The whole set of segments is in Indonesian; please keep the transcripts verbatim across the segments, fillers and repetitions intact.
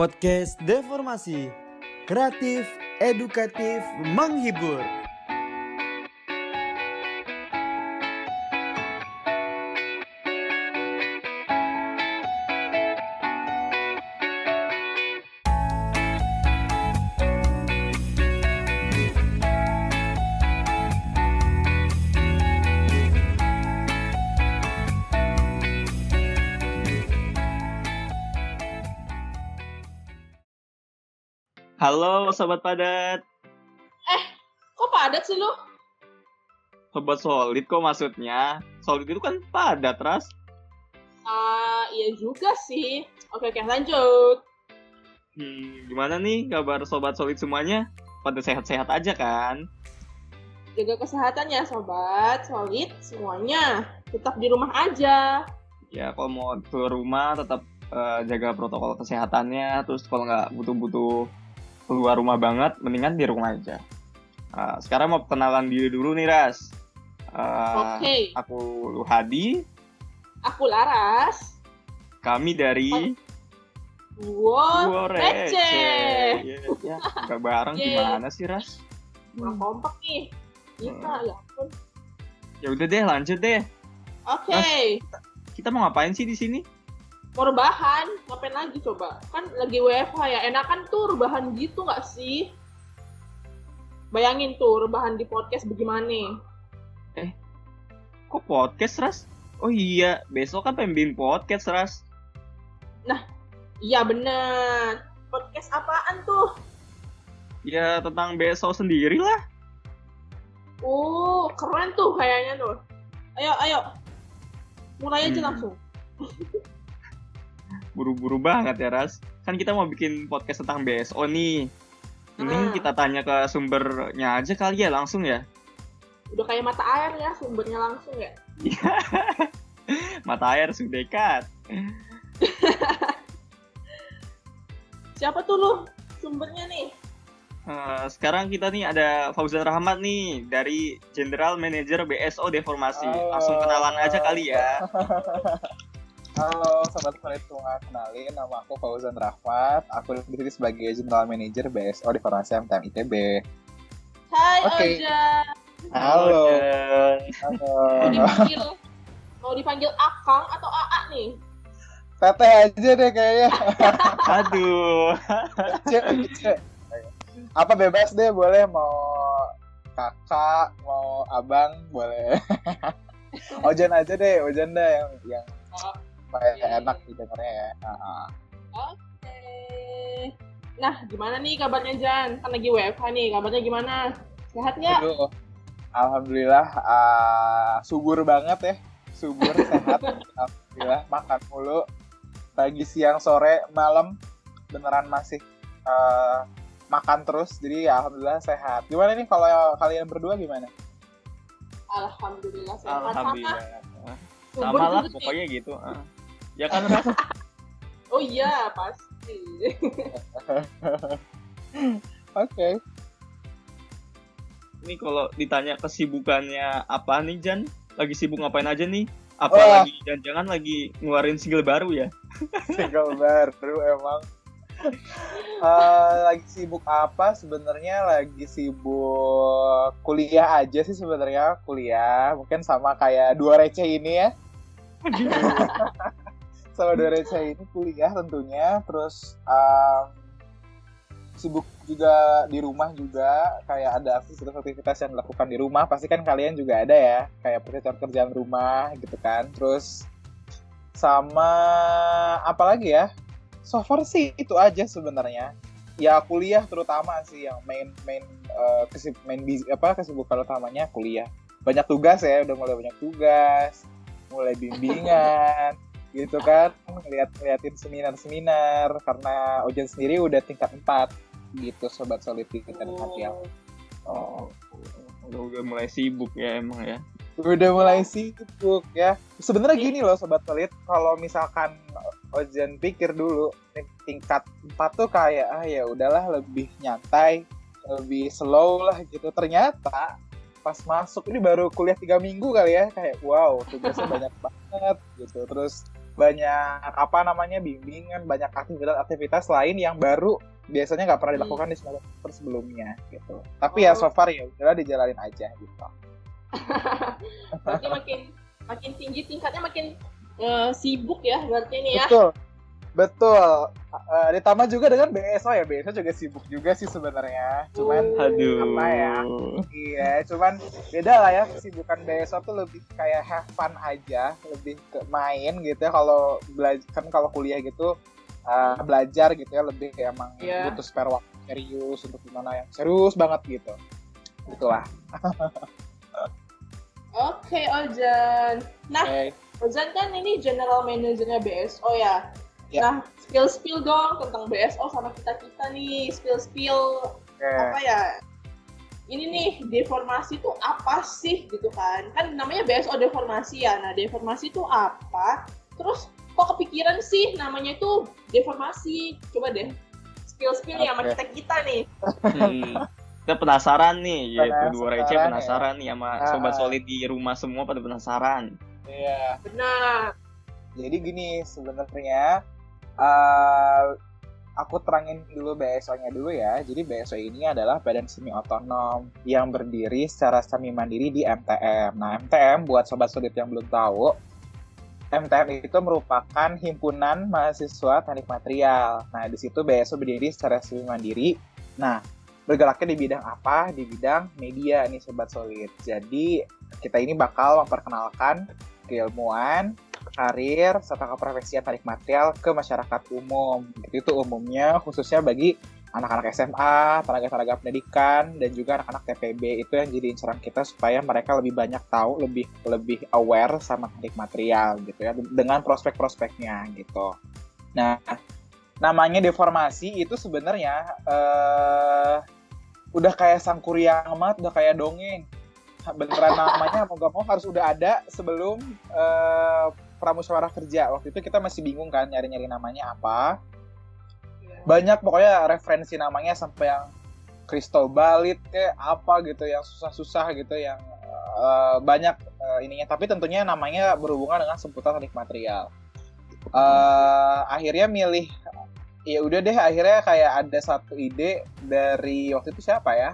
Podcast Deformasi, kreatif, edukatif, menghibur. Halo Sobat Padat. Eh, kok padat sih lu? Sobat Solid kok maksudnya? Solid itu kan padat, Ras. Ah, uh, iya juga sih. Oke, oke, lanjut. Hmm, gimana nih kabar Sobat Solid semuanya? Pada sehat-sehat aja kan? Jaga kesehatan ya Sobat Solid semuanya. Tetap di rumah aja. Ya, kalau mau keluar rumah tetap uh, jaga protokol kesehatannya. Terus kalau nggak butuh-butuh keluar rumah banget, mendingan di rumah aja. Uh, sekarang mau kenalan diri dulu nih, Ras. Uh, Oke. Okay. Aku Hadi. Aku Laras. Kami dari Duo Receh. Ya, ya, gak bareng gimana sih, Ras? Kurang kompak nih. Kita hmm. ya ampun. Ya udah deh, lanjut deh. Oke. Okay. Kita, kita mau ngapain sih di sini? Mau rebahan, ngapain lagi coba? Kan lagi W F H ya, enakan tuh rebahan gitu gak sih? Bayangin tuh rebahan di podcast bagaimana? Eh, kok podcast, Ras? Oh iya, besok kan pengen podcast, Ras. Nah, iya bener. Podcast apaan tuh? Ya, tentang B S O sendiri lah. Oh, keren tuh kayaknya tuh. Ayo, ayo. Mulai aja hmm. langsung. Buru-buru banget ya, Ras. Kan kita mau bikin podcast tentang B S O nih. Ini hmm. kita tanya ke sumbernya aja kali ya, langsung ya. Udah kayak mata air ya, sumbernya langsung ya. Mata air sudah dekat. Siapa tuh lu sumbernya nih? Uh, sekarang kita nih ada Fauzan Rahmat nih dari General Manager B S O Deformasi. Oh. Langsung kenalan aja kali ya. Halo Sobat Solid semua, kenalin nama aku Fauzan Rahmat. Aku di sini sebagai General Manager B S O Deformasi M T M I T B. Hai okay. Ojan. Halo. Halo. Mau dipanggil, mau dipanggil Akang atau A A nih? Teteh aja deh kayaknya. Aduh. Cek, cek. Apa bebas deh, boleh mau kakak, mau abang, boleh. Ojan aja deh, Ojan deh yang yang oh, supaya iya, enak iya. didengarnya ya. Uh-huh. Oke. Okay. Nah, gimana nih kabarnya Jan? Kan lagi W F H nih, kabarnya gimana? Sehat nggak? Aduh, alhamdulillah uh, subur banget ya, subur sehat. Alhamdulillah makan mulu pagi, siang, sore, malam beneran masih uh, makan terus, jadi ya alhamdulillah sehat. Gimana nih kalau kalian berdua gimana? Alhamdulillah sehat. Alhamdulillah. Sama, sama lah pokoknya gitu. Uh. Ya kan, Ras? Oh iya, pasti. Oke. Okay. Ini kalau ditanya kesibukannya apa nih, Jan? Lagi sibuk ngapain aja nih? Apa oh. lagi jangan-jangan lagi ngeluarin single baru ya? Single baru emang. Uh, lagi sibuk apa? Sebenarnya lagi sibuk kuliah aja sih sebenarnya, kuliah. Mungkin sama kayak dua receh ini ya. Sama dua receh ini kuliah tentunya. Terus um, sibuk juga di rumah juga, kayak ada aktivitas-aktivitas yang dilakukan di rumah. Pasti kan kalian juga ada ya, kayak pekerjaan-pekerjaan rumah gitu kan. Terus sama apa lagi ya? So far sih itu aja sebenarnya. Ya kuliah terutama sih yang main main uh, kesib main busy, apa kesibukan utamanya kuliah. Banyak tugas ya, udah mulai banyak tugas, mulai bimbingan gitu kan, ngeliat-ngeliatin seminar-seminar karena Ojan sendiri udah tingkat empat gitu Sobat Solid kita dan hati aku. Oh, udah, udah mulai sibuk ya emang ya. Udah mulai sibuk ya. Sebenarnya gini loh Sobat Solid, kalau misalkan Ojan pikir dulu tingkat empat tuh kayak ah ya udahlah lebih nyantai, lebih slow lah gitu. Ternyata pas masuk ini baru kuliah tiga minggu kali ya, kayak wow tugasnya banyak banget gitu. Terus banyak apa namanya bimbingan, banyak aktivitas-aktivitas lain yang baru biasanya nggak pernah dilakukan hmm. di semester sebelumnya gitu. Tapi oh. ya so far ya udah dijalanin aja gitu. Berarti makin makin tinggi tingkatnya, makin uh, sibuk ya berarti ini ya. Betul. Betul. Uh, ditambah juga dengan B S O ya. B S O juga sibuk juga sih sebenarnya. Cuman uh, aduh. apa ya? Iya, cuman beda lah ya. Kesibukan B S O tuh lebih kayak have fun aja, lebih ke main gitu ya. Kalau belajar kan kalau kuliah gitu uh, belajar gitu ya, lebih kayak emang yeah. butuh spare waktu serius untuk gimana yang serius banget gitu. Itulah. Oke, okay, Ojan. Nah, okay. Ojan kan ini general manajernya B S O ya. Ya. Nah, spill-spill dong tentang B S O sama kita-kita nih, spill-spill okay. apa ya? Ini nih, deformasi itu apa sih gitu kan? Kan namanya B S O deformasi ya. Nah, deformasi itu apa? Terus kok kepikiran sih namanya itu deformasi? Coba deh, spill-spill okay. sama kita-kita nih. Hmm. Kita penasaran nih, yaitu dua receh penasaran ya. nih sama ah. sobat solid di rumah semua pada penasaran. Iya. Benar. Jadi gini sebenarnya. Uh, aku terangin dulu B S O-nya dulu ya. Jadi B S O ini adalah badan semi otonom yang berdiri secara semi mandiri di M T M. Nah, M T M buat sobat solid yang belum tahu, M T M itu merupakan himpunan mahasiswa teknik material. Nah, di situ B S O berdiri secara semi mandiri. Nah, bergeraknya di bidang apa? Di bidang media nih sobat solid. Jadi, kita ini bakal memperkenalkan keilmuan, karir, serta keprofesian teknik material ke masyarakat umum. Gitu itu umumnya khususnya bagi anak-anak S M A, tenaga-tenaga pendidikan, dan juga anak-anak T P B. Itu yang jadi inceran kita supaya mereka lebih banyak tahu, lebih lebih aware sama teknik material gitu ya, dengan prospek-prospeknya gitu. Nah, namanya deformasi itu sebenarnya uh, udah kayak sangkuriang amat, udah kayak dongeng. Beneran namanya mau gak mau harus udah ada sebelum uh, pramusyawarah kerja. Waktu itu kita masih bingung kan nyari-nyari namanya apa. Banyak pokoknya referensi namanya sampai yang Cristobalit kayak apa gitu, yang susah-susah gitu, yang uh, banyak uh, ininya. Tapi tentunya namanya berhubungan dengan seputar teknik material. Uh, akhirnya milih, ya udah deh akhirnya kayak ada satu ide dari waktu itu siapa ya?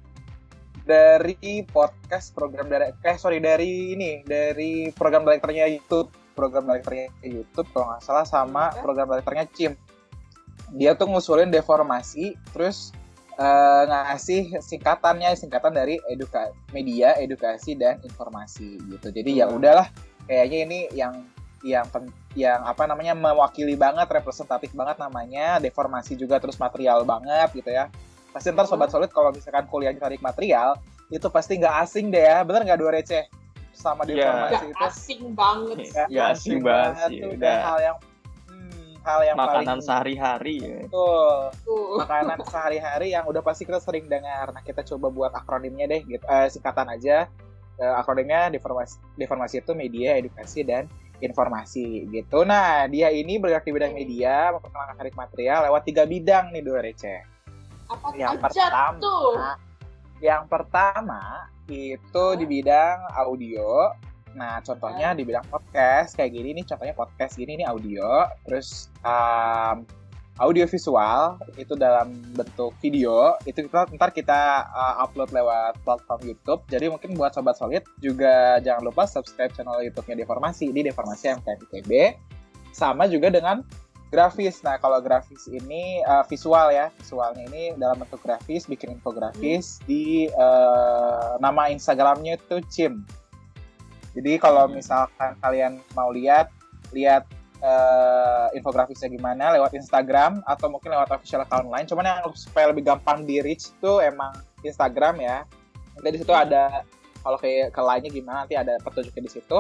Dari podcast program dari eh sorry dari ini dari program direkturnya YouTube program direkturnya YouTube kalau nggak salah sama program direkturnya Cim. Dia tuh ngusulin deformasi, terus uh, ngasih singkatannya singkatan dari eduka media edukasi dan informasi gitu. Jadi ya udahlah kayaknya ini yang yang yang apa namanya mewakili banget, representatif banget namanya, deformasi juga terus material banget gitu ya. Pasti ntar sobat solid kalau misalkan kuliahnya teknik material itu pasti nggak asing deh ya, bener nggak dua receh sama deformasi yeah. itu? Asing banget, ya, ya asing banget. Itu udah hal yang hmm, hal yang makanan paling sehari-hari ya. Betul, uh. makanan sehari-hari yang udah pasti kita sering dengar. Nah kita coba buat akronimnya deh, gitu. eh, singkatan aja. Eh, akronimnya deformasi, deformasi itu media, edukasi dan informasi gitu. Nah dia ini bergerak di bidang media, memperkenalkan teknik material lewat tiga bidang nih dua receh. Apa yang aja pertama, tuh? Yang pertama itu di bidang audio. Nah, contohnya di bidang podcast kayak gini nih, contohnya podcast gini nih audio. Terus um, audio visual itu dalam bentuk video itu kita ntar kita uh, upload lewat platform YouTube. Jadi mungkin buat sobat solid juga jangan lupa subscribe channel YouTube-nya Deformasi di Deformasi M T M I T B. Sama juga dengan grafis. Nah, kalau grafis ini uh, visual ya, visualnya ini dalam bentuk grafis, bikin infografis hmm. di uh, nama Instagramnya itu Cim. Jadi kalau misalkan kalian mau lihat, lihat uh, infografisnya gimana lewat Instagram atau mungkin lewat official account lain. Cuman yang supaya lebih gampang di reach itu emang Instagram ya. Nanti di situ ada kalau kayak ke lainnya gimana nanti ada petunjuknya di situ.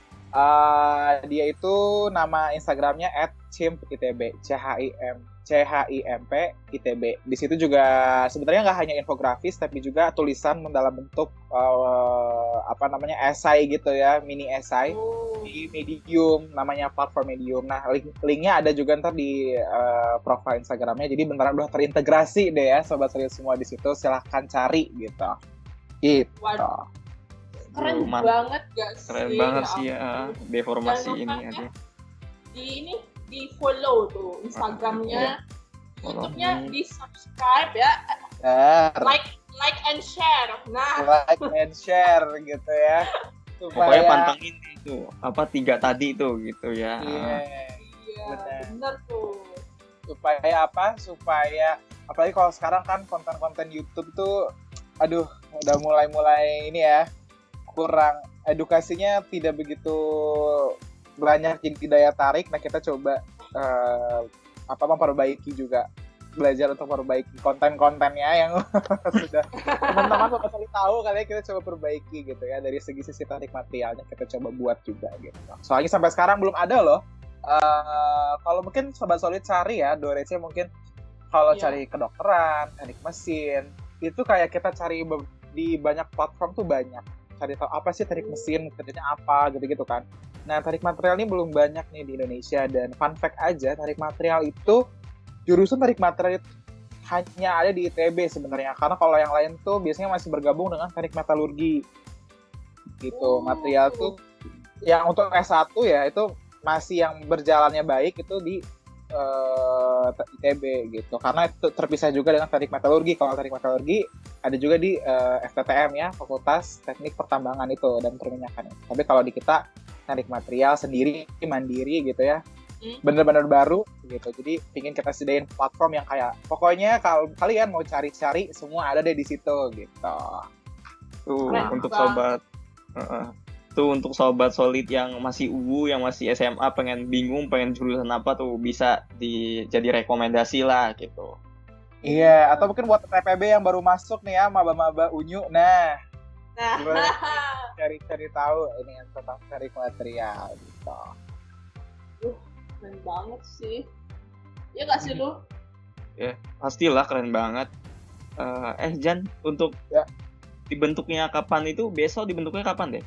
Uh, dia itu nama Instagramnya at cimp.itb, C H I M C H I M P I T B. Di situ juga sebenarnya nggak hanya infografis tapi juga tulisan dalam bentuk uh, apa namanya esai gitu ya, mini esai oh. di Medium, namanya platform Medium. Nah link linknya ada juga ntar di uh, profile Instagramnya. Jadi beneran udah terintegrasi deh ya sobat serius semua di situ. Silahkan cari gitu. Gitu. Waduh. Keren Rumah. banget gak sih? Keren banget sih ya, deformasi ini ya, aja. di ini di follow tuh Instagramnya, yeah. YouTube-nya di subscribe ya, Share. like like and share. Nah, like and share gitu ya. Supaya... Pokoknya pantengin itu apa tiga tadi itu gitu ya. Iya. Iya, Benar. bener tuh. Supaya apa? Supaya apalagi kalau sekarang kan konten-konten YouTube tuh aduh udah mulai-mulai ini ya kurang edukasinya tidak begitu banyak jadi daya tarik. Nah kita coba uh, apa memperbaiki juga, belajar untuk memperbaiki konten-kontennya yang sudah teman-teman pasti tahu kali ya, kita coba perbaiki gitu ya dari segi sisi teknik materialnya kita coba buat juga gitu. Soalnya sampai sekarang belum ada loh. Uh, kalau mungkin sobat solid cari ya Dorece mungkin kalau yeah. cari kedokteran, teknik mesin itu kayak kita cari di banyak platform tuh banyak cari tahu apa sih teknik mesin kerjanya apa gitu-gitu kan. Nah teknik material ini belum banyak nih di Indonesia dan fun fact aja teknik material itu jurusan teknik material itu hanya ada di I T B sebenarnya karena kalau yang lain tuh biasanya masih bergabung dengan teknik metalurgi gitu. Oh. Material tuh yang untuk S satu ya itu masih yang berjalannya baik itu di uh, I T B gitu karena itu terpisah juga dengan teknik metalurgi. Kalau teknik metalurgi ada juga di uh, F T T M ya, Fakultas Teknik Pertambangan itu dan Perminyakan. Tapi kalau di kita teknik material sendiri mandiri gitu ya, hmm. bener-bener baru gitu. Jadi ingin kita sediain platform yang kayak pokoknya kalau kalian mau cari-cari semua ada deh di situ gitu. Tuh nah, untuk sobat uh-uh. Tuh untuk sobat solid yang masih U U, yang masih S M A pengen bingung pengen jurusan apa tuh bisa di jadi rekomendasi lah gitu. Iya, atau mungkin buat T P B yang baru masuk nih ya, maba-maba unyu. Nah, nah. cari-cari tahu ini yang tentang teknik material gitu. Uh, keren banget sih. Ya nggak sih lu? Ya, pastilah keren banget. Uh, eh Jan, untuk ya. dibentuknya kapan itu? Besok dibentuknya kapan deh?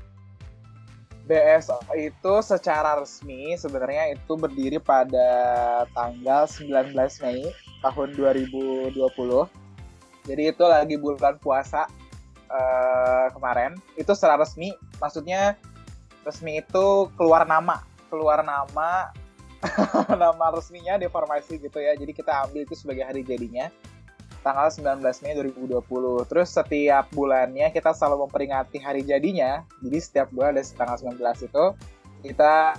B S O itu secara resmi sebenarnya itu berdiri pada tanggal sembilan belas Mei tahun dua ribu dua puluh. Jadi itu lagi bulan puasa uh, kemarin. Itu secara resmi, maksudnya resmi itu keluar nama, keluar nama nama resminya deformasi gitu ya. Jadi kita ambil itu sebagai hari jadinya. Tanggal sembilan belas Mei dua ribu dua puluh. Terus setiap bulannya kita selalu memperingati hari jadinya. Jadi setiap bulan ada tanggal sembilan belas itu kita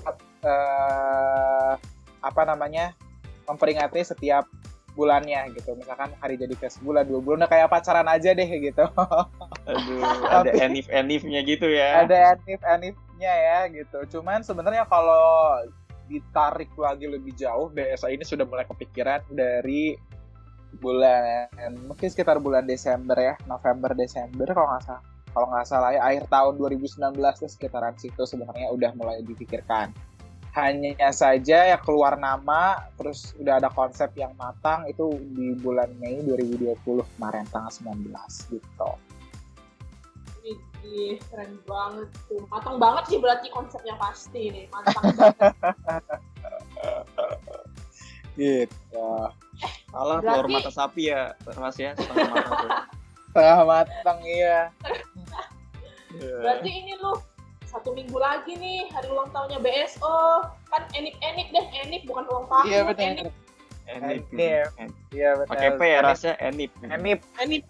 uh, apa namanya memperingati setiap bulannya gitu. Misalkan hari jadi ke sebulan, dua bulan, udah kayak pacaran aja deh gitu. Aduh, ada enif-enifnya gitu ya. Ada enif-enifnya ya gitu. Cuman sebenarnya kalau ditarik lagi lebih jauh, B S O ini sudah mulai kepikiran dari bulan mungkin sekitar bulan Desember ya, November Desember kalau nggak salah kalau nggak salah ya akhir tahun dua ribu sembilan belas tuh sekitaran situ sebenarnya udah mulai dipikirkan. Hanya saja ya keluar nama terus udah ada konsep yang matang itu di bulan Mei dua ribu dua puluh kemarin tanggal sembilan belas gitu. Ih, keren banget tuh. Matang banget sih berarti konsepnya pasti nih, matang banget. Gitu. Salah telur mata sapi ya, Mas ya, setengah matang tuh. Setengah matang iya. Berarti ini lu satu minggu lagi nih hari ulang tahunnya B S O. Kan enip-enip deh, enip bukan ulang tahun. Iya benar. Enip. Enip. Iya benar. Pakai P ya rasanya enip. Enip. Enip.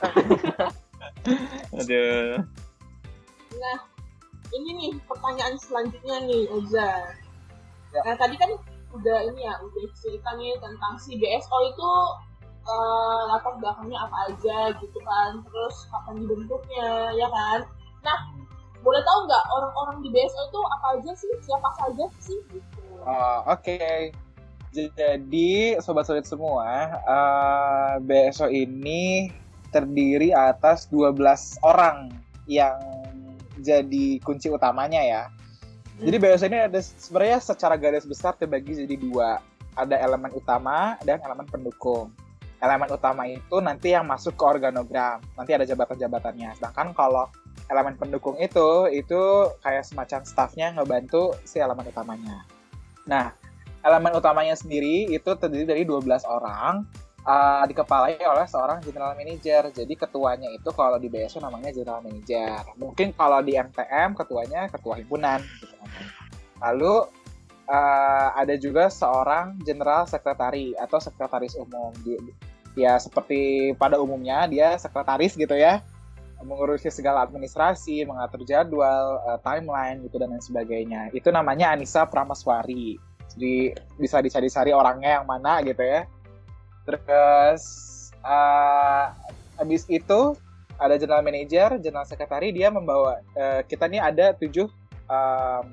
Aduh. Nah, ini nih pertanyaan selanjutnya nih, Oza. Ya. Nah, tadi kan udah ini ya, udah cerita nih tentang si B S O itu uh, latar belakangnya apa aja gitu kan, terus kapan dibentuknya, ya kan? Nah, boleh tahu nggak orang-orang di B S O itu apa aja sih, siapa saja sih gitu? Oh, oke. Okay. Jadi, sobat-sobat semua, uh, B S O ini terdiri atas dua belas orang yang jadi kunci utamanya ya. Jadi B S O ini ada sebenarnya secara garis besar terbagi jadi dua. Ada elemen utama dan elemen pendukung. Elemen utama itu nanti yang masuk ke organogram. Nanti ada jabatan-jabatannya. Sedangkan kalau elemen pendukung itu, itu kayak semacam staffnya ngebantu si elemen utamanya. Nah, elemen utamanya sendiri itu terdiri dari dua belas orang. Uh, dikepalai oleh seorang general manager. Jadi ketuanya itu kalau di B S O namanya general manager. Mungkin kalau di M T M ketuanya ketua himpunan gitu. Lalu uh, ada juga seorang general sekretari atau sekretaris umum. Dia, ya seperti pada umumnya dia sekretaris gitu ya, mengurusi segala administrasi, mengatur jadwal, uh, timeline gitu dan lain sebagainya. Itu namanya Anissa Pramaswari. Jadi bisa dicari-cari orangnya yang mana gitu ya. Terus uh, habis itu ada general manager, general secretary, dia membawa uh, kita nih ada tujuh um,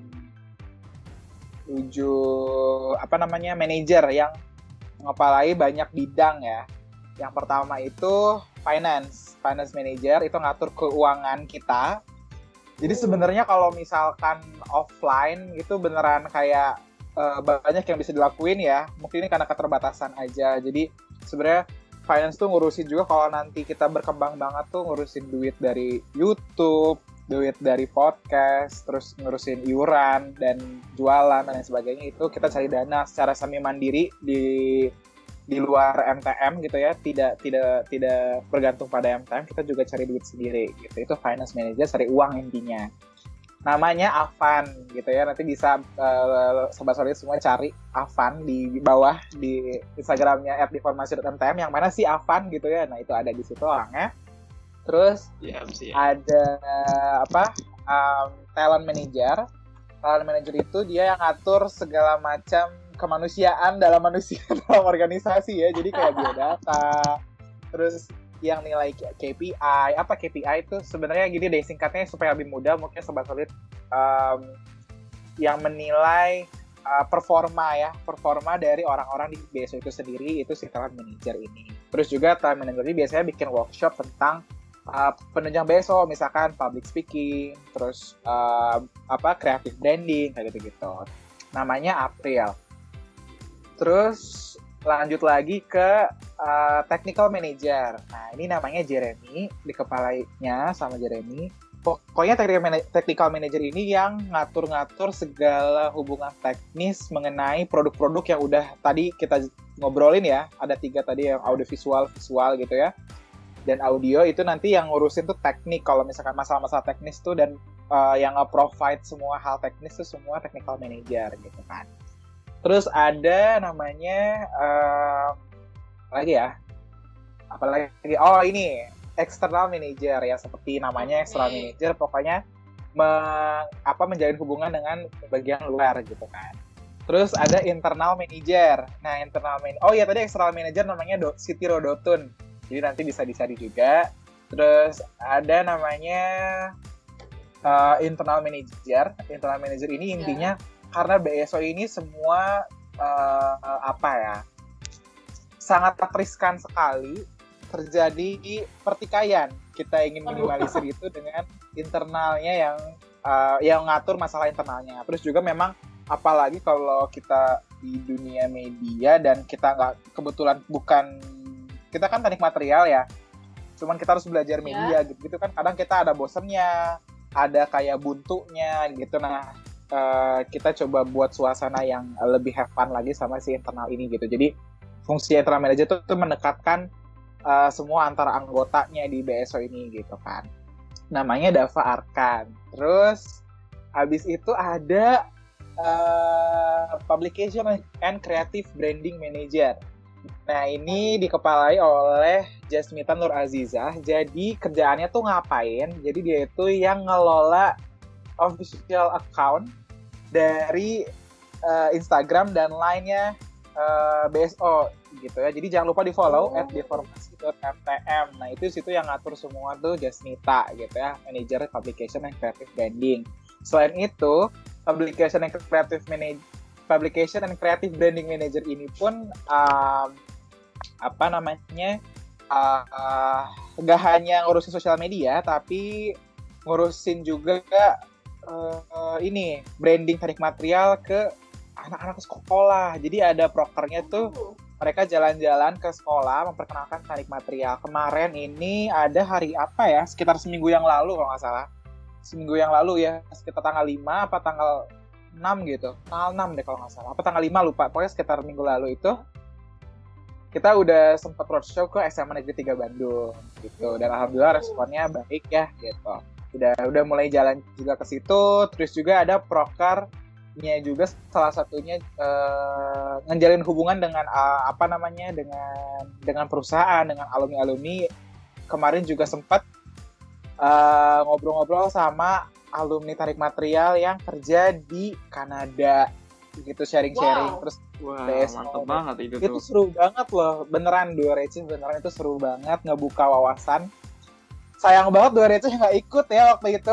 tujuh apa namanya manajer yang mengepalai banyak bidang ya. Yang pertama itu finance, finance manager itu ngatur keuangan kita. Jadi sebenarnya kalau misalkan offline itu beneran kayak uh, banyak yang bisa dilakuin ya. Mungkin ini karena keterbatasan aja. Jadi sebenarnya finance tuh ngurusin juga kalau nanti kita berkembang banget tuh ngurusin duit dari YouTube, duit dari podcast, terus ngurusin iuran dan jualan dan lain sebagainya. Itu kita cari dana secara semi mandiri di di luar M T M gitu ya, tidak tidak tidak bergantung pada M T M, kita juga cari duit sendiri gitu. Itu finance manager, cari uang intinya. Namanya Avan gitu ya, nanti bisa uh, sobat solid semua cari Avan di bawah di Instagramnya at deformasi dot m t m, yang mana sih Avan gitu ya. Nah itu ada di situ orangnya. Terus siap, siap. ada apa um, talent manager. Talent manager itu dia yang ngatur segala macam kemanusiaan dalam manusia dalam organisasi ya. Jadi kayak biodata, terus yang nilai K P I. Apa K P I itu sebenarnya gini deh singkatnya supaya lebih mudah mungkin sobat solid, um, yang menilai uh, performa ya performa dari orang-orang di B S O itu sendiri, itu si talent manager ini. Terus juga talent manager ini biasanya bikin workshop tentang uh, penunjang B S O, misalkan public speaking, terus uh, apa creative branding kayak gitu-gitu. Namanya April. Terus lanjut lagi ke uh, technical manager. Nah ini namanya Jeremy, dikepalainya sama Jeremy. Pokoknya technical manager ini yang ngatur-ngatur segala hubungan teknis mengenai produk-produk yang udah tadi kita ngobrolin ya. Ada tiga tadi yang audio visual, visual gitu ya. Dan audio itu nanti yang ngurusin tuh teknik. Kalau misalkan masalah-masalah teknis tuh dan uh, yang nge-provide semua hal teknis tuh semua technical manager gitu kan. Terus ada namanya uh, lagi ya, apalagi? Oh ini external manager ya, seperti namanya external manager, pokoknya me- apa menjalin hubungan dengan bagian luar gitu kan. Terus ada internal manager. Nah internal man, oh ya tadi external manager namanya Do- Siti Rodotun. Jadi nanti bisa dicari juga. Terus ada namanya uh, internal manager. Internal manager ini intinya yeah. Karena B S O ini semua uh, apa ya sangat riskan sekali terjadi pertikaian. Kita ingin minimalisir itu dengan internalnya yang uh, yang ngatur masalah internalnya. Terus juga memang apalagi kalau kita di dunia media dan kita nggak kebetulan bukan kita kan teknik material ya. Cuman kita harus belajar media gitu, gitu kan. Kadang kita ada bosennya, ada kayak buntunya gitu. Nah Uh, kita coba buat suasana yang lebih have fun lagi sama si internal ini gitu. Jadi fungsi internal manager itu tuh mendekatkan uh, semua antara anggotanya di B S O ini gitu kan. Namanya Dava Arkan. Terus habis itu ada uh, publication and creative branding manager. Nah ini dikepalai oleh Jasmita Nur Azizah. Jadi kerjaannya tuh ngapain? Jadi dia itu yang ngelola official account dari uh, Instagram dan lainnya uh, B S O gitu ya. Jadi jangan lupa di follow at deformasi dot m t m. Nah itu situ yang ngatur semua tuh Jasmita gitu ya, manager publication and creative branding. Selain itu publication and creative manage publication and creative branding manager ini pun um, apa namanya uh, uh, gak hanya ngurusin sosial media tapi ngurusin juga Uh, uh, ini branding teknik material ke anak-anak sekolah. Jadi ada prokernya tuh, mereka jalan-jalan ke sekolah memperkenalkan teknik material. Kemarin ini ada hari apa ya? Sekitar seminggu yang lalu kalau nggak salah. Seminggu yang lalu ya, sekitar tanggal lima apa tanggal enam gitu. Tanggal enam deh kalau nggak salah. Apa tanggal lima lupa. Pokoknya sekitar minggu lalu itu kita udah sempat roadshow ke S M A Negeri tiga Bandung gitu. Dan alhamdulillah responnya baik ya gitu. udah udah mulai jalan juga ke situ. Terus juga ada proker nya juga salah satunya uh, ngejalin hubungan dengan uh, apa namanya dengan dengan perusahaan, dengan alumni-alumni. Kemarin juga sempat uh, ngobrol-ngobrol sama alumni tarik material yang kerja di Kanada gitu, sharing-sharing. Wow. Terus Wah, B S O. mantep banget itu, Itu tuh. seru banget loh, beneran dua receh, beneran itu seru banget, ngebuka wawasan. Sayang banget dua receh nggak ikut ya waktu itu.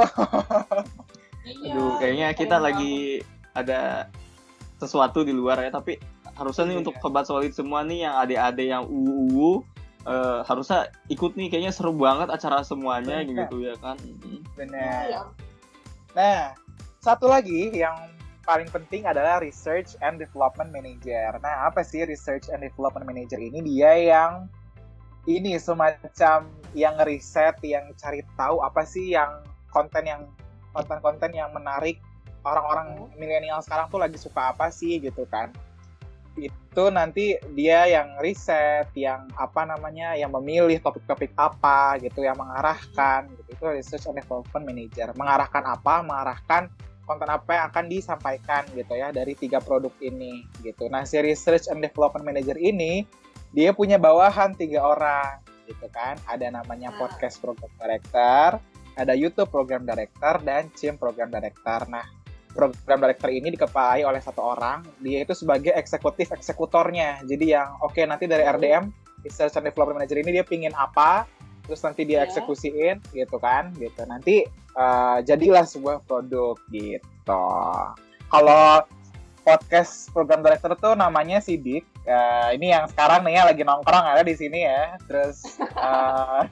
Iya, Aduh, kayaknya sayang kita banget. lagi ada sesuatu di luar ya, tapi harusnya nih Iya. untuk sobat solid semua nih yang adik-adik yang uwu uh, harusnya ikut nih, kayaknya seru banget acara semuanya Bener. gitu ya kan. Hmm. Bener. Iya. Nah, satu lagi yang paling penting adalah Research and Development Manager. Nah, apa sih Research and Development Manager ini? Dia yang ini semacam yang ngeriset, yang cari tahu apa sih yang konten yang konten-konten yang menarik orang-orang milenial sekarang tuh lagi suka apa sih gitu kan. Itu nanti dia yang riset, yang apa namanya, yang memilih topik-topik apa gitu, yang mengarahkan gitu. Itu Research and Development Manager. Mengarahkan apa? Mengarahkan konten apa yang akan disampaikan gitu ya dari tiga produk ini gitu. Nah, si Research and Development Manager ini dia punya bawahan tiga orang gitu kan. Ada namanya Nah. Podcast Program Director, ada YouTube Program Director, dan Chim Program Director. Nah, Program Director ini dikepalai oleh satu orang. Dia itu sebagai eksekutif eksekutornya. Jadi yang oke okay, nanti dari R D M, Research and Development Manager ini dia pingin apa, terus nanti dia Yeah. eksekusiin gitu kan, gitu. Nanti uh, jadilah sebuah produk gitu. Kalau podcast Program Director tuh namanya Sidik. Uh, ini yang sekarang nih ya lagi nongkrong ada di sini ya. Terus uh,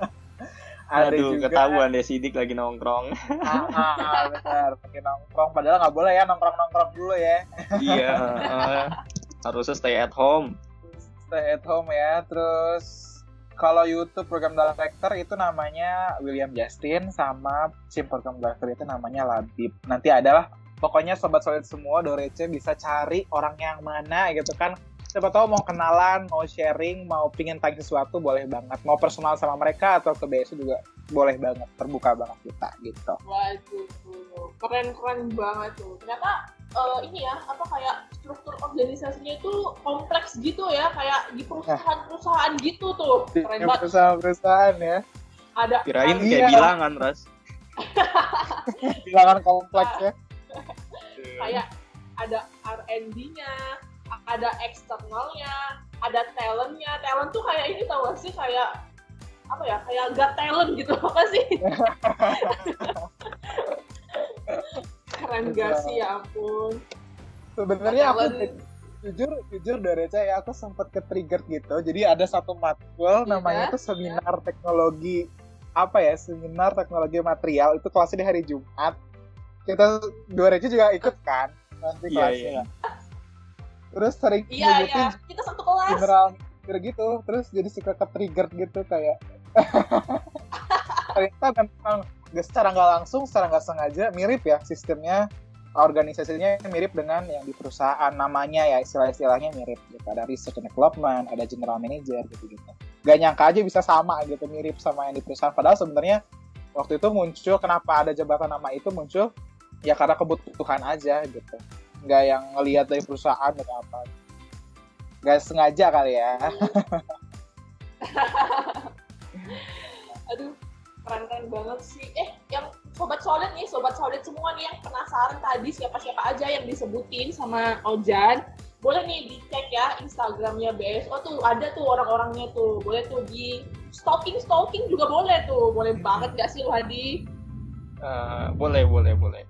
ada Aduh, juga ketahuan deh Sidik lagi nongkrong. ah, benar, lagi nongkrong. Padahal nggak boleh ya nongkrong-nongkrong dulu ya. Iya, uh, harusnya stay at home. Stay at home ya. Terus kalau YouTube Program Director itu namanya William Justin, sama Chim Program Director itu namanya Labib. Nanti adalah pokoknya sobat solid semua Dorece bisa cari orang yang mana gitu kan. Siapa tahu mau kenalan, mau sharing, mau pingin tanya sesuatu boleh banget. Mau personal sama mereka atau ke B S U juga boleh banget. Terbuka banget kita gitu. Waduh, keren-keren banget tuh. Ternyata uh, ini ya, apa kayak struktur organisasinya itu kompleks gitu ya, kayak di perusahaan-perusahaan gitu tuh. Keren banget. Perusahaan-perusahaan ya. Ada Kirain Iya. kayak bilangan, Ras. Bilangan kompleks ya. kayak ada R and D-nya, ada eksternalnya, ada talentnya. Talent tuh kayak ini tau gak sih, kayak apa ya, kayak got talent gitu, apa sih? Keren gak sih, ya ampun. Sebenarnya aku Talent. jujur jujur Dorece ya, aku sempat ke trigger gitu. Jadi ada satu matkul Iya, namanya itu seminar teknologi apa ya, seminar teknologi material, itu kelasnya di hari Jumat. Kita Dorece juga ikut kan nanti Iya, kelasnya. iya. Terus sering Iya, nyebutin iya. Kita satu kelas. general manager gitu, terus jadi suka ke trigger gitu kayak ternyata memang nggak secara nggak langsung, secara nggak sengaja mirip ya sistemnya, organisasinya mirip dengan yang di perusahaan, namanya ya istilah-istilahnya mirip gitu. Ada research and development, ada general manager gitu-gitu. Gak nyangka aja bisa sama gitu, mirip sama yang di perusahaan. Padahal sebenarnya waktu itu muncul, kenapa ada jabatan nama itu muncul, ya karena kebutuhan aja gitu. Nggak yang ngelihat dari perusahaan atau apa. Nggak sengaja kali ya. Aduh, keren-keren banget sih. Eh, yang sobat solid nih, sobat solid semua nih yang penasaran tadi siapa-siapa aja yang disebutin sama Ojan, boleh nih dicek ya Instagramnya B S O tuh, ada tuh orang-orangnya tuh, boleh tuh di stalking-stalking juga boleh tuh, boleh banget gak sih lu Hadi? Uh, boleh, boleh, boleh.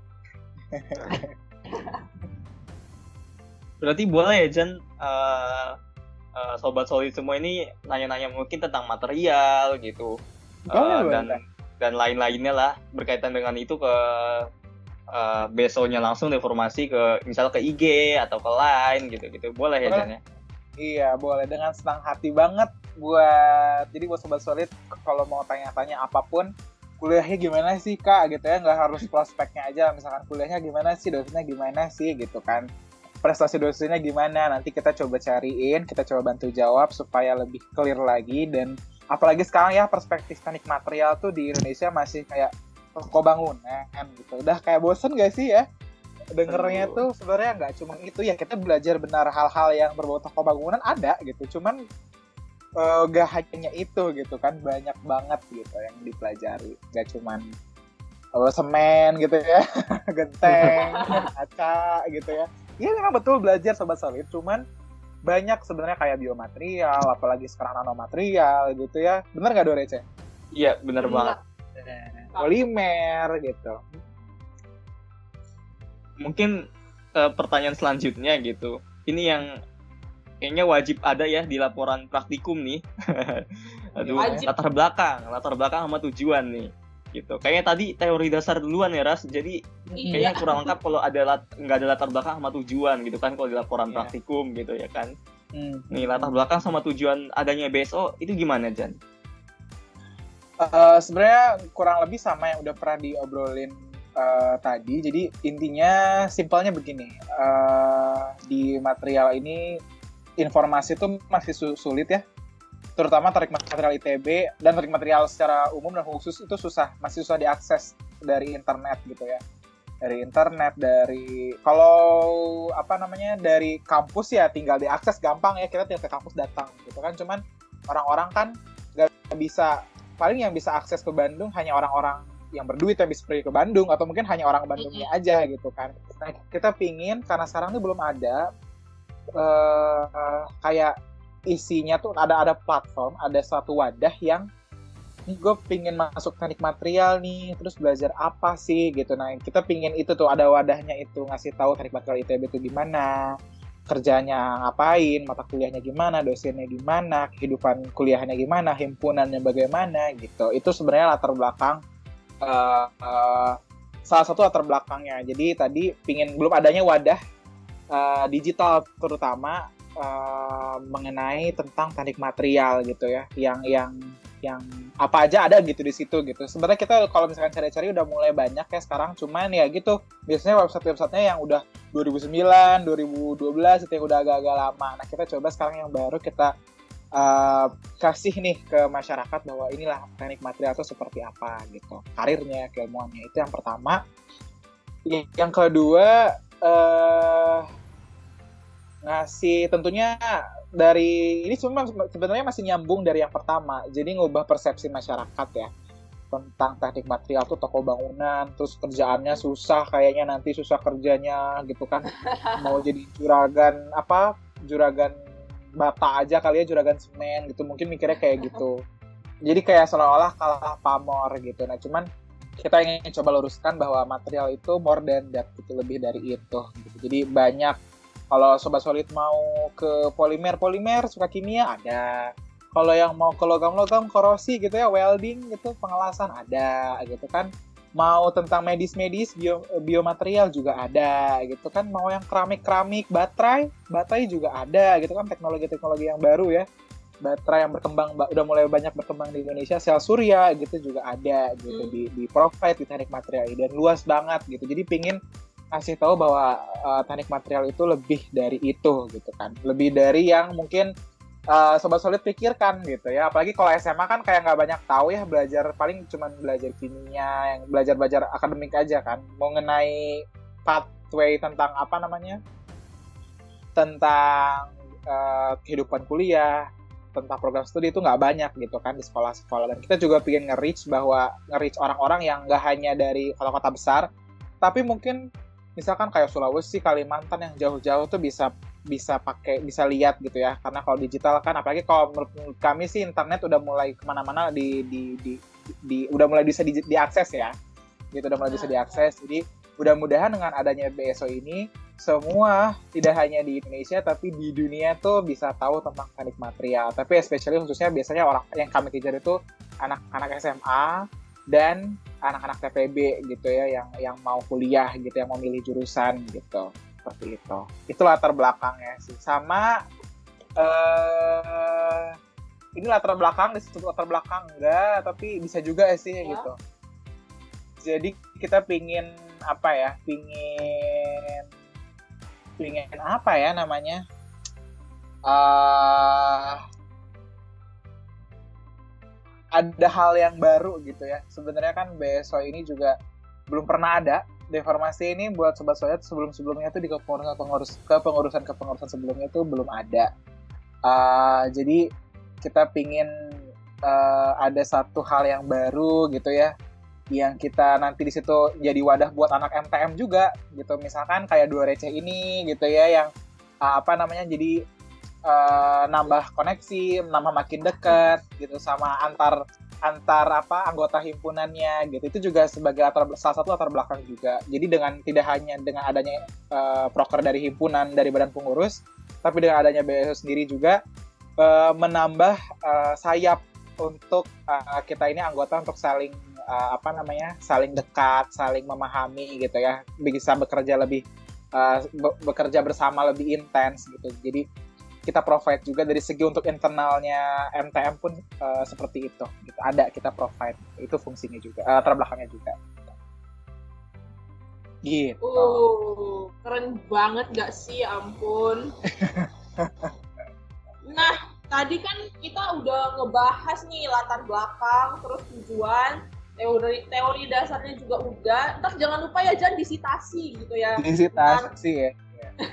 Berarti boleh ya, Jan, uh, uh, sobat solid semua ini nanya-nanya mungkin tentang material gitu. Uh, Boleh, dan boleh. dan lain-lainnya lah berkaitan dengan itu ke uh, B S O-nya langsung informasi ke misal ke I G atau ke Line gitu-gitu. Boleh ya, Boleh. Jan ya? Iya, boleh, dengan senang hati banget buat jadi buat sobat solid kalau mau tanya-tanya apapun, kuliahnya gimana sih Kak gitu ya, nggak harus prospeknya aja, misalkan kuliahnya gimana sih, dosennya gimana sih gitu kan, prestasi dosennya gimana, nanti kita coba cariin, kita coba bantu jawab supaya lebih clear lagi. Dan apalagi sekarang ya perspektif teknik material tuh di Indonesia masih kayak toko bangunan gitu, udah kayak bosen gak sih ya? dengernya Aduh. tuh sebenarnya nggak cuma itu ya, kita belajar benar hal-hal yang berbau toko bangunan ada gitu, cuman uh, gak hanya itu gitu kan, banyak banget gitu yang dipelajari, gak cuman uh, semen gitu ya, genteng, kaca gitu ya. Iya memang betul belajar Sobat Solid, cuman banyak sebenarnya kayak biomaterial, apalagi sekarang nanomaterial gitu ya, bener nggak Dorece? Iya bener banget. Polimer gitu. Mungkin uh, pertanyaan selanjutnya gitu. Ini yang kayaknya wajib ada ya di laporan praktikum nih. Aduh, Wajib. latar belakang, latar belakang sama tujuan nih. Gitu. Kayaknya tadi teori dasar duluan ya Ras. Jadi kayaknya kurang lengkap kalau ada lat- nggak ada latar belakang sama tujuan gitu kan kalau di laporan Iya. praktikum gitu ya kan. Hmm. Nih latar belakang sama tujuan adanya B S O itu gimana Jan? Uh, sebenarnya kurang lebih sama yang udah pernah diobrolin uh, tadi. Jadi intinya simpelnya begini, uh, di material ini informasi itu masih su- sulit ya, terutama tarik material I T B dan tarik material secara umum dan khusus itu susah, masih susah diakses dari internet gitu ya. Dari internet, dari kalau apa namanya dari kampus ya tinggal diakses gampang ya, kita tinggal ke kampus datang gitu kan. Cuman orang-orang kan nggak bisa, paling yang bisa akses ke Bandung hanya orang-orang yang berduit yang bisa pergi ke Bandung, atau mungkin hanya orang Bandungnya aja gitu kan. Nah kita pingin, karena sekarang ini belum ada uh, kayak isinya tuh ada ada platform, ada suatu wadah yang nih gue pingin masuk teknik material nih, terus belajar apa sih gitu. Nah kita pingin itu tuh ada wadahnya itu, ngasih tahu teknik material I T B itu gimana, kerjanya ngapain, mata kuliahnya gimana, dosennya gimana, kehidupan kuliahnya gimana, himpunannya bagaimana gitu. Itu sebenarnya latar belakang uh, uh, salah satu latar belakangnya. Jadi tadi pingin belum adanya wadah uh, digital terutama uh, mengenai tentang teknik material gitu ya, yang yang yang apa aja ada gitu di situ gitu. Sebenarnya kita kalau misalkan cari-cari udah mulai banyak ya sekarang, cuman ya gitu biasanya website-websitenya yang udah dua ribu sembilan, dua ribu dua belas itu yang udah agak-agak lama. Nah kita coba sekarang yang baru kita uh, kasih nih ke masyarakat bahwa inilah teknik material itu seperti apa gitu, karirnya, keilmuannya. Itu yang pertama. Yang kedua uh, ngasih tentunya dari ini cuma sebenarnya masih nyambung dari yang pertama, jadi ngubah persepsi masyarakat ya tentang teknik material tuh toko bangunan, terus kerjaannya susah, kayaknya nanti susah kerjanya gitu kan, mau jadi juragan apa juragan bata aja kali ya, juragan semen gitu, mungkin mikirnya kayak gitu, jadi kayak seolah-olah kalah pamor gitu. Nah cuman kita ingin coba luruskan bahwa material itu more than that gitu, lebih dari itu gitu. Jadi banyak, kalau Sobat Solid mau ke polimer-polimer, suka kimia ada. Kalau yang mau ke logam-logam, korosi gitu ya, welding gitu, pengelasan ada gitu kan. Mau tentang medis-medis, bio, biomaterial juga ada gitu kan. Mau yang keramik-keramik, baterai, baterai juga ada gitu kan. Teknologi-teknologi yang baru ya. Baterai yang berkembang, udah mulai banyak berkembang di Indonesia. Sel surya gitu juga ada gitu, hmm. di, di provide di teknik material ini. Dan luas banget gitu. Jadi pingin kasih tahu bahwa uh, teknik material itu lebih dari itu gitu kan, lebih dari yang mungkin uh, Sobat Solid pikirkan gitu ya. Apalagi kalau S M A kan kayak nggak banyak tahu ya, belajar paling cuma belajar kimia, yang belajar-belajar akademik aja kan, mengenai pathway tentang apa namanya, tentang uh, kehidupan kuliah, tentang program studi itu nggak banyak gitu kan di sekolah-sekolah. Dan kita juga pengen nge-reach bahwa nge-reach orang-orang yang nggak hanya dari kota-kota besar, tapi mungkin misalkan kayak Sulawesi, Kalimantan yang jauh-jauh tuh bisa bisa pakai, bisa lihat gitu ya. Karena kalau digital kan, apalagi kalau menurut kami sih internet udah mulai kemana-mana di di di, di udah mulai bisa di, diakses ya. Gitu udah mulai bisa diakses. Jadi mudah-mudahan dengan adanya B S O ini semua tidak hanya di Indonesia tapi di dunia tuh bisa tahu tentang teknik material. Tapi especially khususnya biasanya orang yang kami kejar itu anak-anak S M A dan anak-anak T P B gitu ya, yang yang mau kuliah gitu, yang mau milih jurusan gitu, seperti itu. Itu latar belakangnya sih. Sama uh, ini latar belakang, disebut latar belakang enggak, tapi bisa juga sih ya. Gitu. Jadi kita pingin apa ya? Pingin pingin apa ya namanya? Uh, ada hal yang baru gitu ya. Sebenarnya kan B S O ini juga belum pernah ada Deformasi ini buat Sobat Soyot sebelum-sebelumnya tuh di kepengurusan kepengurusan kepengurusan sebelumnya tuh belum ada. Uh, jadi kita pingin uh, ada satu hal yang baru gitu ya, yang kita nanti di situ jadi wadah buat anak M T M juga gitu. Misalkan kayak Dua Receh ini gitu ya, yang uh, apa namanya jadi uh, nambah koneksi, nambah makin dekat gitu sama antar antar apa anggota himpunannya gitu. Itu juga sebagai latar, salah satu latar belakang juga. Jadi dengan tidak hanya dengan adanya uh, proker dari himpunan, dari badan pengurus, tapi dengan adanya B S O sendiri juga uh, menambah uh, sayap untuk uh, kita ini anggota untuk saling uh, apa namanya saling dekat, saling memahami gitu ya, bisa bekerja lebih uh, be- bekerja bersama lebih intens gitu. Jadi kita provide juga dari segi untuk internalnya M T M pun uh, seperti itu gitu. Ada kita provide, itu fungsinya juga, uh, latar belakangnya juga gitu. Uh, keren banget gak sih, ampun. Nah, tadi kan kita udah ngebahas nih latar belakang, terus tujuan, teori teori dasarnya juga udah. Terus jangan lupa ya jangan disitasi gitu ya. Disitasi ya.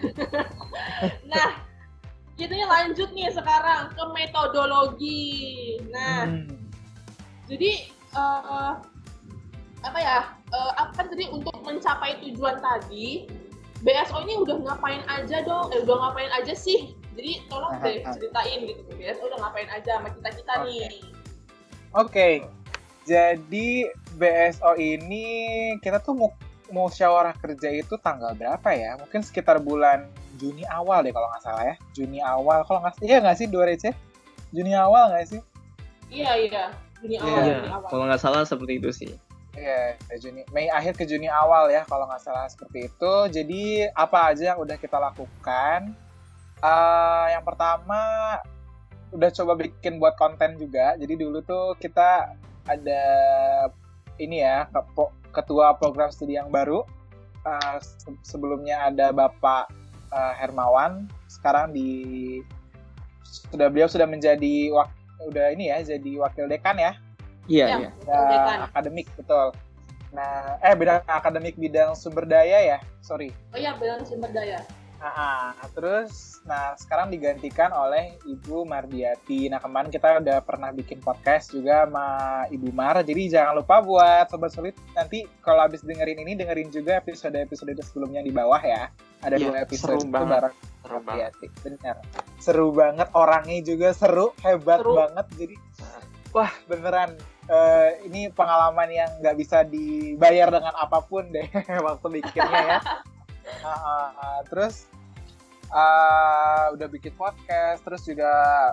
Nah, kita lanjut nih sekarang ke metodologi. Nah, hmm. jadi uh, apa ya? Uh, apa kan tadi untuk mencapai tujuan tadi, B S O ini udah ngapain aja dong? Eh, udah ngapain aja sih? Jadi tolong deh ceritain gitu, B S O udah ngapain aja sama kita-kita okay. nih. Oke, okay. Jadi B S O ini kita tuh mau musyawarah kerja itu tanggal berapa ya? Mungkin sekitar bulan Juni awal deh kalau nggak salah ya. Juni awal, kalau nggak iya nggak sih Dua Receh? Juni awal nggak sih? Iya iya, Juni awal. Iya, Juni awal. Kalau nggak salah seperti itu sih. Iya, Juni, Mei akhir ke Juni awal ya kalau nggak salah seperti itu. Jadi apa aja yang udah kita lakukan? Uh, yang pertama udah coba bikin buat konten juga. Jadi dulu tuh kita ada ini ya ketua program studi yang baru. Uh, sebelumnya ada Bapak uh, Hermawan. Sekarang di sudah beliau sudah menjadi wak, udah ini ya jadi wakil dekan ya. Iya, iya. Ya, akademik betul. Nah, eh bidang akademik bidang sumber daya ya, sorry. Oh iya, bidang sumber daya. Nah, terus, nah sekarang digantikan oleh Ibu Mardiati. Nah kemarin kita udah pernah bikin podcast juga sama Ibu Mar. Jadi jangan lupa buat Sobat Sulit nanti kalau habis dengerin ini dengerin juga episode-episode sebelumnya di bawah ya. Ada ya, dua episode itu bareng Mardiati. Benar. Seru banget, orangnya juga seru, hebat seru. banget. Jadi wah beneran. Uh, ini pengalaman yang nggak bisa dibayar dengan apapun deh waktu bikinnya ya. uh, uh, uh, terus uh, udah bikin podcast, terus juga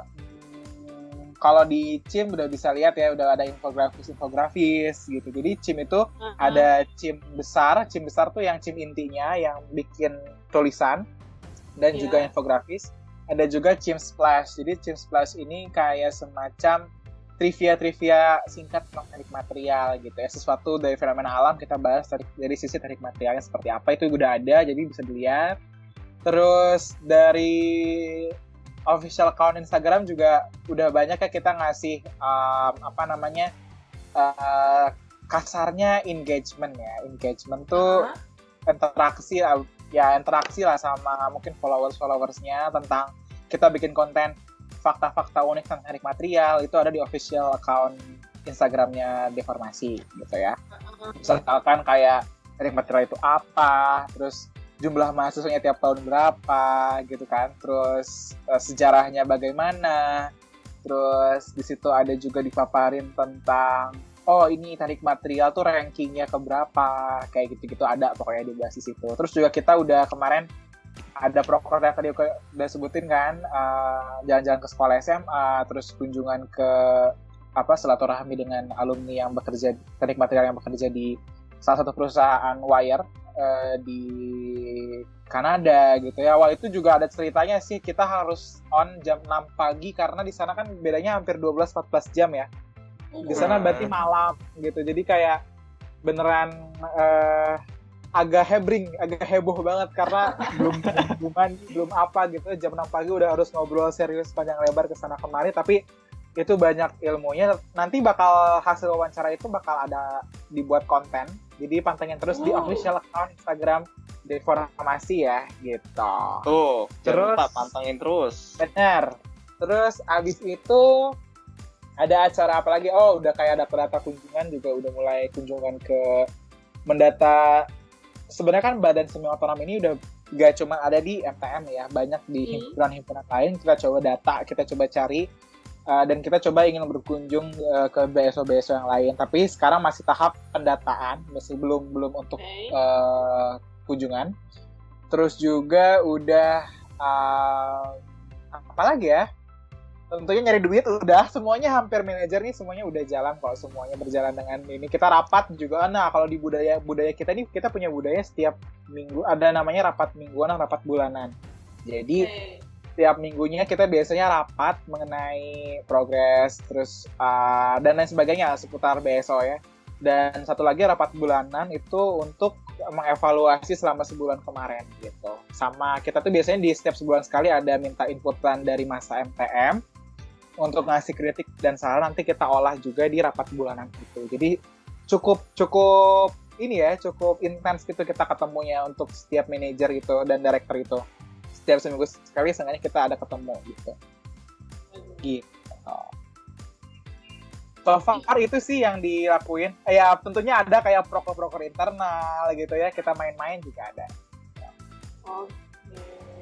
hmm, kalau di C I M udah bisa lihat ya udah ada infografis-infografis gitu. Jadi C I M itu uh-huh. ada C I M besar, C I M besar tuh yang C I M intinya yang bikin tulisan dan yeah. juga infografis. Ada juga C I M Splash. Jadi C I M Splash ini kayak semacam trivia-trivia singkat tentang teknik material gitu ya, sesuatu dari fenomena alam kita bahas dari, dari sisi teknik materialnya seperti apa, itu udah ada jadi bisa dilihat. Terus dari official account Instagram juga udah banyak ya kita ngasih um, apa namanya uh, kasarnya engagement ya, engagement tuh uh-huh. interaksi ya interaksi lah sama mungkin followers-followersnya tentang kita bikin konten fakta-fakta unik tentang teknik material. Itu ada di official account Instagramnya Deformasi gitu ya. Misalkan kayak teknik material itu apa, terus jumlah mahasiswanya tiap tahun berapa gitu kan, terus uh, sejarahnya bagaimana, terus di situ ada juga dipaparin tentang oh ini teknik material tuh rankingnya keberapa, kayak gitu-gitu ada pokoknya dibahas di situ. Terus juga kita udah kemarin ada proker yang tadi udah sebutin kan, uh, jalan-jalan ke sekolah S M A, terus kunjungan ke apa silaturahmi dengan alumni yang bekerja teknik material yang bekerja di salah satu perusahaan wire uh, di Kanada gitu ya. Wah itu juga ada ceritanya sih, kita harus on jam enam pagi karena di sana kan bedanya hampir dua belas sampai empat belas jam ya. Di sana berarti malam gitu. Jadi kayak beneran uh, agak hebring, agak heboh banget karena belum hubungan, belum apa gitu. Jam enam pagi udah harus ngobrol serius panjang lebar ke sana kemari, tapi itu banyak ilmunya. Nanti bakal hasil wawancara itu bakal ada dibuat konten Jadi pantengin terus Oh. di official account Instagram Deformasi ya, gitu. Tuh, jangan Terus- lupa pantengin terus. Bener. Terus abis itu ada acara apa lagi? Oh, udah kayak data-data kunjungan juga udah mulai kunjungan ke mendata. Sebenarnya kan Badan Semi Otonom ini udah gak cuma ada di M T M ya, banyak di Hmm. himpunan-himpunan lain. Kita coba data, kita coba cari, uh, dan kita coba ingin berkunjung uh, ke B S O-B S O yang lain. Tapi sekarang masih tahap pendataan, masih belum belum untuk Oke. uh, kunjungan. Terus juga udah uh, apa lagi ya? Tentunya nyari duit udah, semuanya hampir manajer nih semuanya udah jalan kok, semuanya berjalan dengan ini. Kita rapat juga. Nah, kalau di budaya budaya kita nih, kita punya budaya setiap minggu ada namanya rapat mingguan dan rapat bulanan. Jadi Oke. setiap minggunya kita biasanya rapat mengenai progres terus uh, dan lain sebagainya seputar B S O ya. Dan satu lagi rapat bulanan itu untuk mengevaluasi selama sebulan kemarin gitu. Sama kita tuh biasanya di setiap sebulan sekali ada minta inputan dari masa M T M untuk ngasih kritik dan saran, nanti kita olah juga di rapat bulanan itu. Jadi cukup cukup ini ya, cukup intens gitu kita ketemunya untuk setiap manajer itu dan director itu. Setiap seminggu sekali seenggaknya kita ada ketemu gitu. Gitu. So far itu sih yang dilakuin. Eh, ya tentunya ada kayak proker-proker internal gitu ya. Kita main-main juga ada. Oke.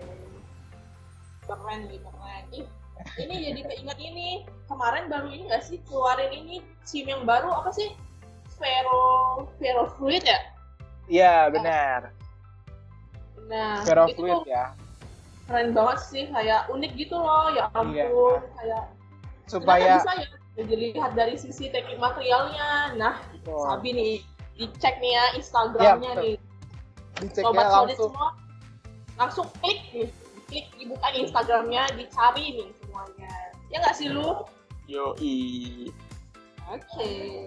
Keren nih, keren. Ih, ini jadi keinget ini. Kemarin baru ini nggak sih keluarin ini SIM yang baru apa sih? Vero Vero Fluid ya? Iya benar. Nah, Vero itu Fluid tuh ya. keren banget sih, kayak unik gitu loh. Ya ampun, Iya. kayak Supaya ternyata bisa ya dilihat dari sisi teknik materialnya. Nah, oh, Sabi nih dicek nih ya Instagramnya Iya, betul. nih. diceknya Sobat Solid langsung. semua langsung klik nih, klik dibuka Instagramnya, dicari nih semuanya. Ya nggak sih lu? Yoi. Oke.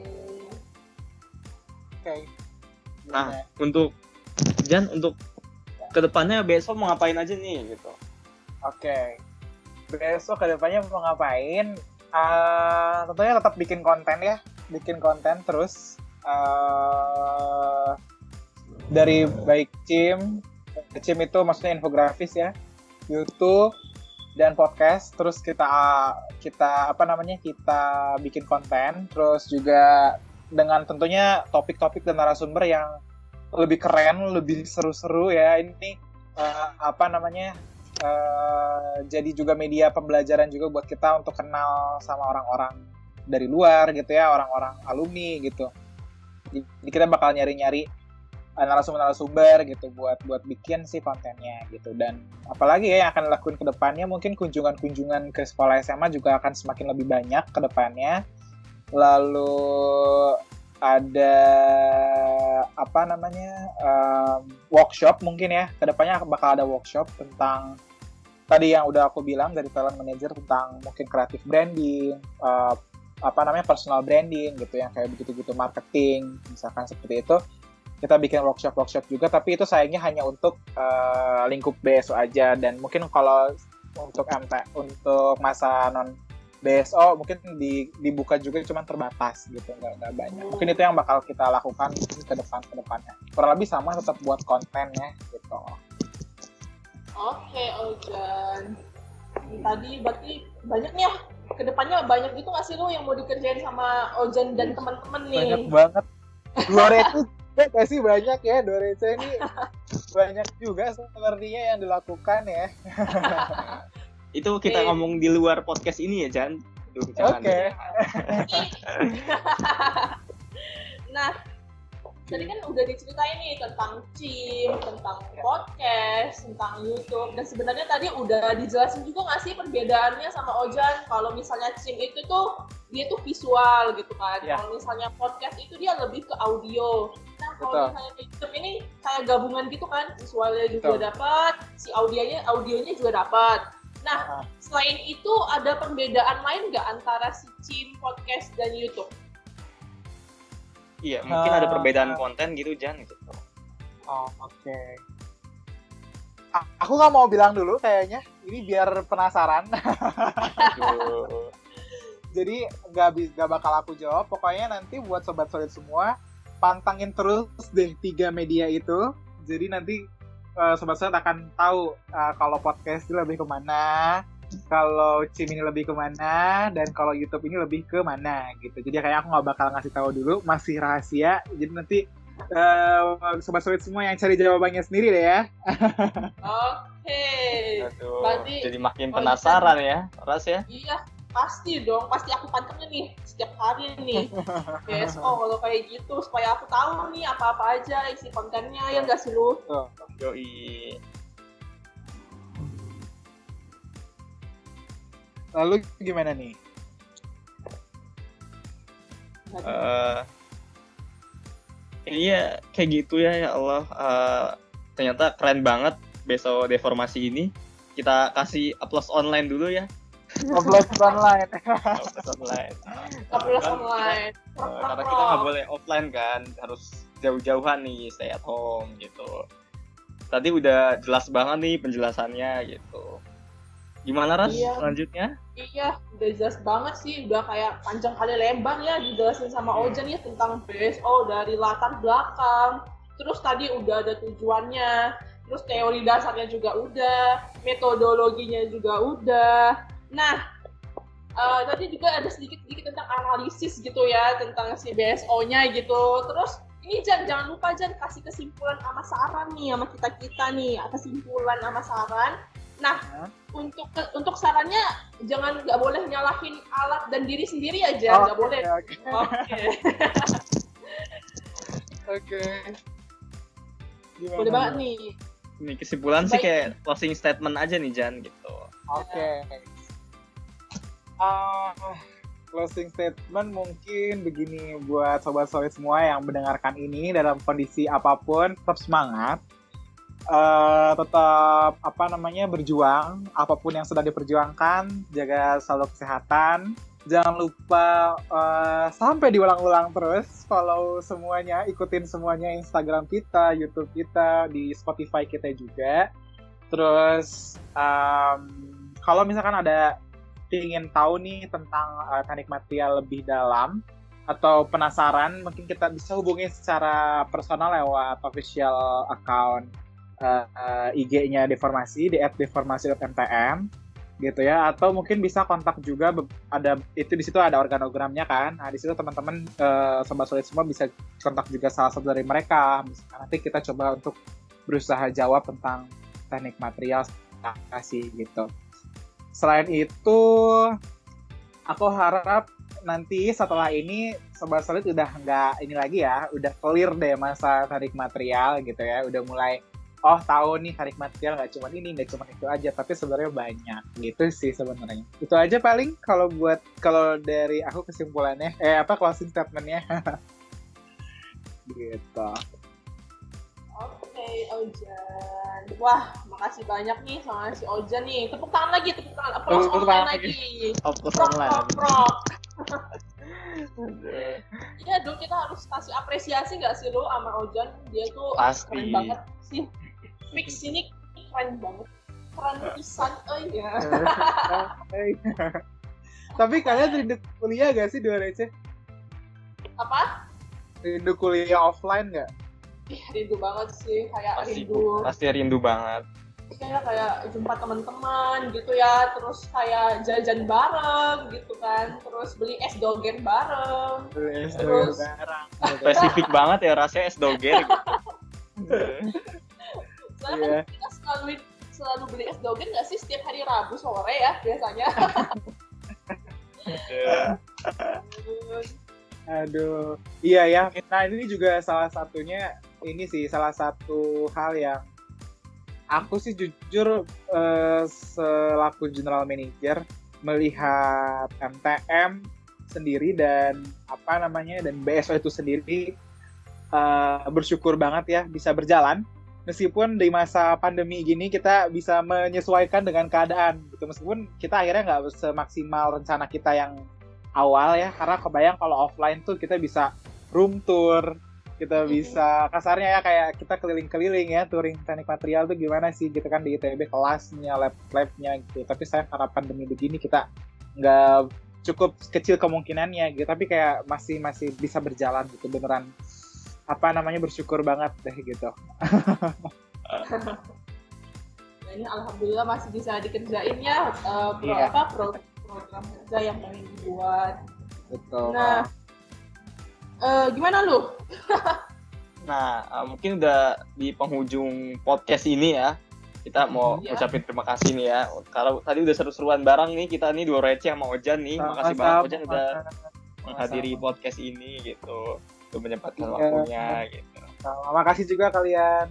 Oke. Nah, untuk Jan, untuk kedepannya besok mau ngapain aja nih gitu? Oke. Besok kedepannya mau ngapain? Uh, tentunya tetap bikin konten ya, bikin konten terus uh, dari baik Cim, Cim itu maksudnya infografis ya, YouTube dan podcast. Terus kita kita apa namanya kita bikin konten, terus juga dengan tentunya topik-topik dan narasumber yang lebih keren, lebih seru-seru ya. Ini uh, apa namanya? Uh, jadi juga media pembelajaran juga buat kita untuk kenal sama orang-orang dari luar gitu ya, orang-orang alumni gitu. Jadi kita bakal nyari-nyari uh, narasumber-narasumber gitu buat buat bikin sih kontennya gitu. Dan apalagi ya yang akan dilakuin ke depannya, mungkin kunjungan-kunjungan ke sekolah S M A juga akan semakin lebih banyak ke depannya. Lalu ada apa namanya um, workshop mungkin ya, kedepannya bakal ada workshop tentang tadi yang udah aku bilang dari talent manager tentang mungkin creative branding, uh, apa namanya personal branding gitu, yang kayak begitu-gitu, marketing misalkan seperti itu. Kita bikin workshop-workshop juga, tapi itu sayangnya hanya untuk uh, lingkup B S O aja, dan mungkin kalau untuk M T untuk masa non B S O mungkin di, dibuka juga cuma terbatas gitu, nggak nggak banyak. Mungkin itu yang bakal kita lakukan ke depan ke depannya. Kurang lebih sama, tetap buat konten ya gitu. Oke, Ojan. Tadi berarti banyak nih ya. Kedepannya banyak gitu nggak sih lu yang mau dikerjain sama Ojan dan teman-teman nih? Banyak banget. Dua itu nggak sih banyak ya, dua receh ini banyak juga sepertinya yang dilakukan ya. Itu kita Oke. ngomong di luar podcast ini ya, Jan. Duh, jangan. Oke. Nah, tadi kan udah diceritain nih tentang Cim, tentang podcast, tentang YouTube, dan sebenarnya tadi udah dijelasin juga nggak sih perbedaannya sama Ojan? Kalau misalnya Cim itu tuh dia tuh visual gitu kan, Ya. kalau misalnya podcast itu dia lebih ke audio. Nah, kalau Betul. misalnya YouTube ini kayak gabungan gitu kan, visualnya juga Betul. dapat, si audionya audionya juga dapat. Nah, Ah. selain itu ada perbedaan lain nggak antara si Cim, podcast, dan YouTube? Iya, mungkin Uh, ada perbedaan konten gitu, Jan gitu. Oh, oke. A- Aku nggak mau bilang dulu kayaknya, ini biar penasaran. Aduh. Jadi nggak bis- nggak bakal aku jawab. Pokoknya nanti buat sobat solid semua, pantangin terus deh tiga media itu. Jadi nanti uh, Sobat Sobat akan tahu uh, kalau podcast ini lebih kemana, kalau Cim ini lebih kemana, dan kalau YouTube ini lebih kemana gitu. Jadi kayak aku nggak bakal ngasih tahu dulu, masih rahasia. Jadi nanti uh, Sobat Sobat semua yang cari jawabannya sendiri deh ya. Oke. Aduh, Berarti jadi makin penasaran ya, Ras ya? iya, pasti dong, pasti aku pantengin nih setiap hari nih B S O kalau kayak gitu supaya aku tahu nih apa-apa aja isi kontennya ya nggak sih lu? Tuh. Yoi. Lalu gimana nih? Uh, iya kayak gitu ya, ya Allah. Uh, ternyata keren banget besok deformasi ini. Kita kasih upload online dulu ya. Upload online. Upload online. Upload Kan online. kita- uh, karena kita nggak boleh offline kan, harus jauh-jauhan nih, stay at home gitu. Tadi udah jelas banget nih penjelasannya gitu. Gimana Ras Iya. selanjutnya? Iya, udah jelas banget sih, udah kayak panjang kali lebar ya dijelasin sama Ojan ya tentang B S O dari latar belakang. Terus tadi udah ada tujuannya, terus teori dasarnya juga udah, metodologinya juga udah. Nah, uh, tadi juga ada sedikit-sedikit tentang analisis gitu ya, tentang si B S O-nya gitu. Terus ini Jan, jangan lupa Jan kasih kesimpulan sama saran nih sama kita-kita nih, kesimpulan sama saran. Nah, Hah? untuk untuk sarannya jangan nggak boleh nyalahin alat dan diri sendiri aja, nggak Oke, boleh. Oke. Oke. Oke. Gimana Boleh banget nih? nih. Ini kesimpulan sih Baik. kayak closing statement aja nih Jan gitu. Oke. Ah, closing statement mungkin begini buat sobat-sobat semua yang mendengarkan ini dalam kondisi apapun, tetap semangat. Eh, tetap apa namanya berjuang, apapun yang sedang diperjuangkan, jaga selalu kesehatan. Jangan lupa eh, sampai diulang-ulang terus follow semuanya, ikutin semuanya Instagram kita, YouTube kita, di Spotify kita juga. Terus em, kalau misalkan ada ingin tahu nih tentang uh, teknik material lebih dalam atau penasaran, mungkin kita bisa hubungi secara personal lewat official account uh, uh, I G-nya Deformasi di et deformasi dot m t m gitu ya, atau mungkin bisa kontak juga be- ada itu di situ ada organogramnya kan. Nah, di situ teman-teman uh, sobat solid semua bisa kontak juga salah satu dari mereka. Misalkan nanti kita coba untuk berusaha jawab tentang teknik material kasih gitu. Selain itu, aku harap nanti setelah ini Sobat Solid udah nggak ini lagi ya, udah clear deh masa tarik material gitu ya, udah mulai oh tahu nih tarik material nggak cuma ini, nggak cuma itu aja, tapi sebenarnya banyak gitu sih sebenarnya. Itu aja paling kalau buat kalau dari aku kesimpulannya, eh apa closing statementnya, gitu. Oke, Ojan. Wah, makasih banyak nih sama si Ojan nih. Tepuk tangan lagi, tepuk tangan. Applause Tepuk online tangan lagi. Upload Prok, online. prok, prok. Iya dong, kita harus kasih apresiasi nggak sih lo sama Ojan? Dia tuh Pasti. keren banget sih. Fix ini keren banget. Keren pisan, oh iya. Tapi kalian rindu kuliah gak sih dua receh? Apa? Rindu kuliah offline gak? Ih, rindu banget sih. Kayak Pasti rindu. pasti rindu banget. Kayak kayak jumpa teman-teman gitu ya, terus kayak jajan bareng gitu kan, terus beli es doger bareng. Terus- Spesifik banget ya rasanya es doger gitu. Soalnya Iya. kan kita selalu selalu beli es doger nggak sih setiap hari Rabu sore ya biasanya. Aduh, iya ya. Nah ini juga salah satunya, ini sih salah satu hal yang aku sih jujur eh, selaku general manager melihat M T M sendiri dan apa namanya dan B S O itu sendiri eh, bersyukur banget ya bisa berjalan meskipun di masa pandemi gini kita bisa menyesuaikan dengan keadaan gitu, meskipun kita akhirnya nggak semaksimal rencana kita yang awal ya, karena kebayang kalau offline tuh kita bisa room tour, kita bisa kasarnya ya kayak kita keliling-keliling ya, touring teknik material tuh gimana sih gitu kan di I T B, kelasnya, lab-labnya gitu. Tapi saya karena pandemi begini kita nggak cukup kecil kemungkinannya gitu, tapi kayak masih masih bisa berjalan gitu, beneran apa namanya bersyukur banget deh gitu. Nah, ini alhamdulillah masih bisa dikerjain ya uh, pro, Iya. apa pro, program kerja yang pengen dibuat. Betul. Nah, uh, gimana lu? Nah, uh, mungkin udah di penghujung podcast ini ya. Kita mau Iya. ucapin terima kasih nih ya. Kalau tadi udah seru-seruan bareng nih, kita nih dua receh sama Ojan nih. Makasih banget Ojan udah menghadiri podcast ini gitu. Udah menyempatkan Iya. waktunya gitu. Sama, makasih juga kalian.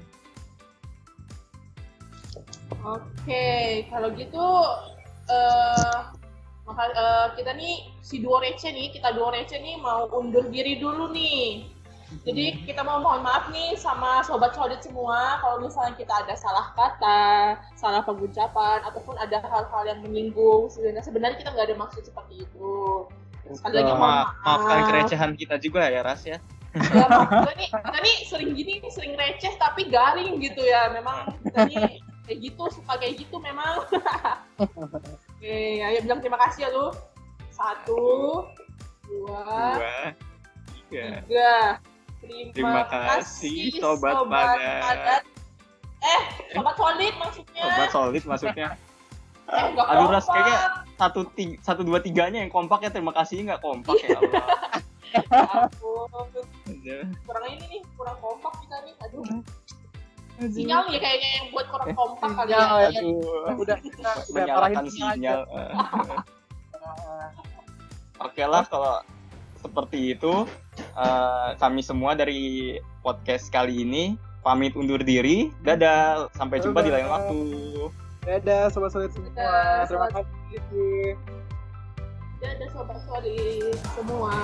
Oke, kalau gitu uh, maka, uh, kita nih si duo receh nih, kita duo receh nih mau undur diri dulu nih. Jadi kita mau mohon maaf nih sama sobat solid semua kalau misalnya kita ada salah kata, salah pengucapan ataupun ada hal-hal yang menyinggung. Sebenarnya sebenarnya kita nggak ada maksud seperti itu. Sekali lagi mohon Ma- maaf. maafkan kerecehan kita juga ya Ras ya. Ya, maaf, kita nih, kita nih sering gini, sering receh tapi garing gitu ya. Memang kita nih kayak gitu, suka kayak gitu memang. Oke, ayo bilang terima kasih ya lu. Satu, dua, Dua, tiga. tiga. Terima, Terima kasih, Sobat Padat. Eh, sobat solid maksudnya. Sobat solid maksudnya. Eh, nggak Aduh Ras, kompak. kayaknya satu, tiga, satu dua tiganya yang kompak ya, terima kasih nggak kompak ya Allah. Ampun. Kurang ini nih, kurang kompak kita nih. Aduh. Sinyal ya kayaknya yang buat kurang kompak kali ya. Sinyal ya. Aduh, Udah kita udah menyalakan parahin sinyal. aja. Oke lah kalau seperti itu, uh, kami semua dari podcast kali ini pamit undur diri. Dadah, sampai jumpa di lain waktu. Dadah sobat solid semua. Dadah, Terima sobat- kasih. Dadah sobat solid semua.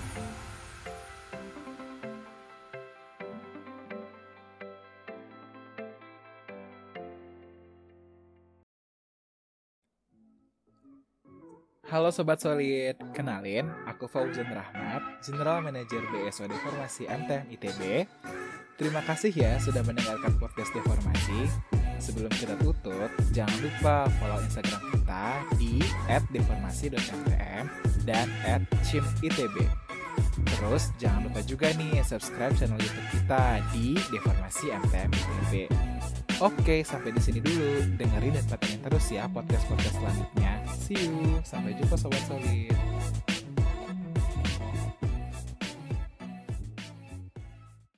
Halo Sobat Solid, kenalin, aku Fauzan Rahmat, General Manager B S O Deformasi M T M I T B. Terima kasih ya sudah mendengarkan podcast Deformasi. Sebelum kita tutup, jangan lupa follow Instagram kita di et deformasi dot m t m dan et cim i t b. Terus jangan lupa juga nih subscribe channel YouTube kita di Deformasi M T M I T B. Oke, sampai di sini dulu. Dengerin dan pantengin terus ya podcast-podcast selanjutnya. See you. Sampai jumpa Sobat Solid.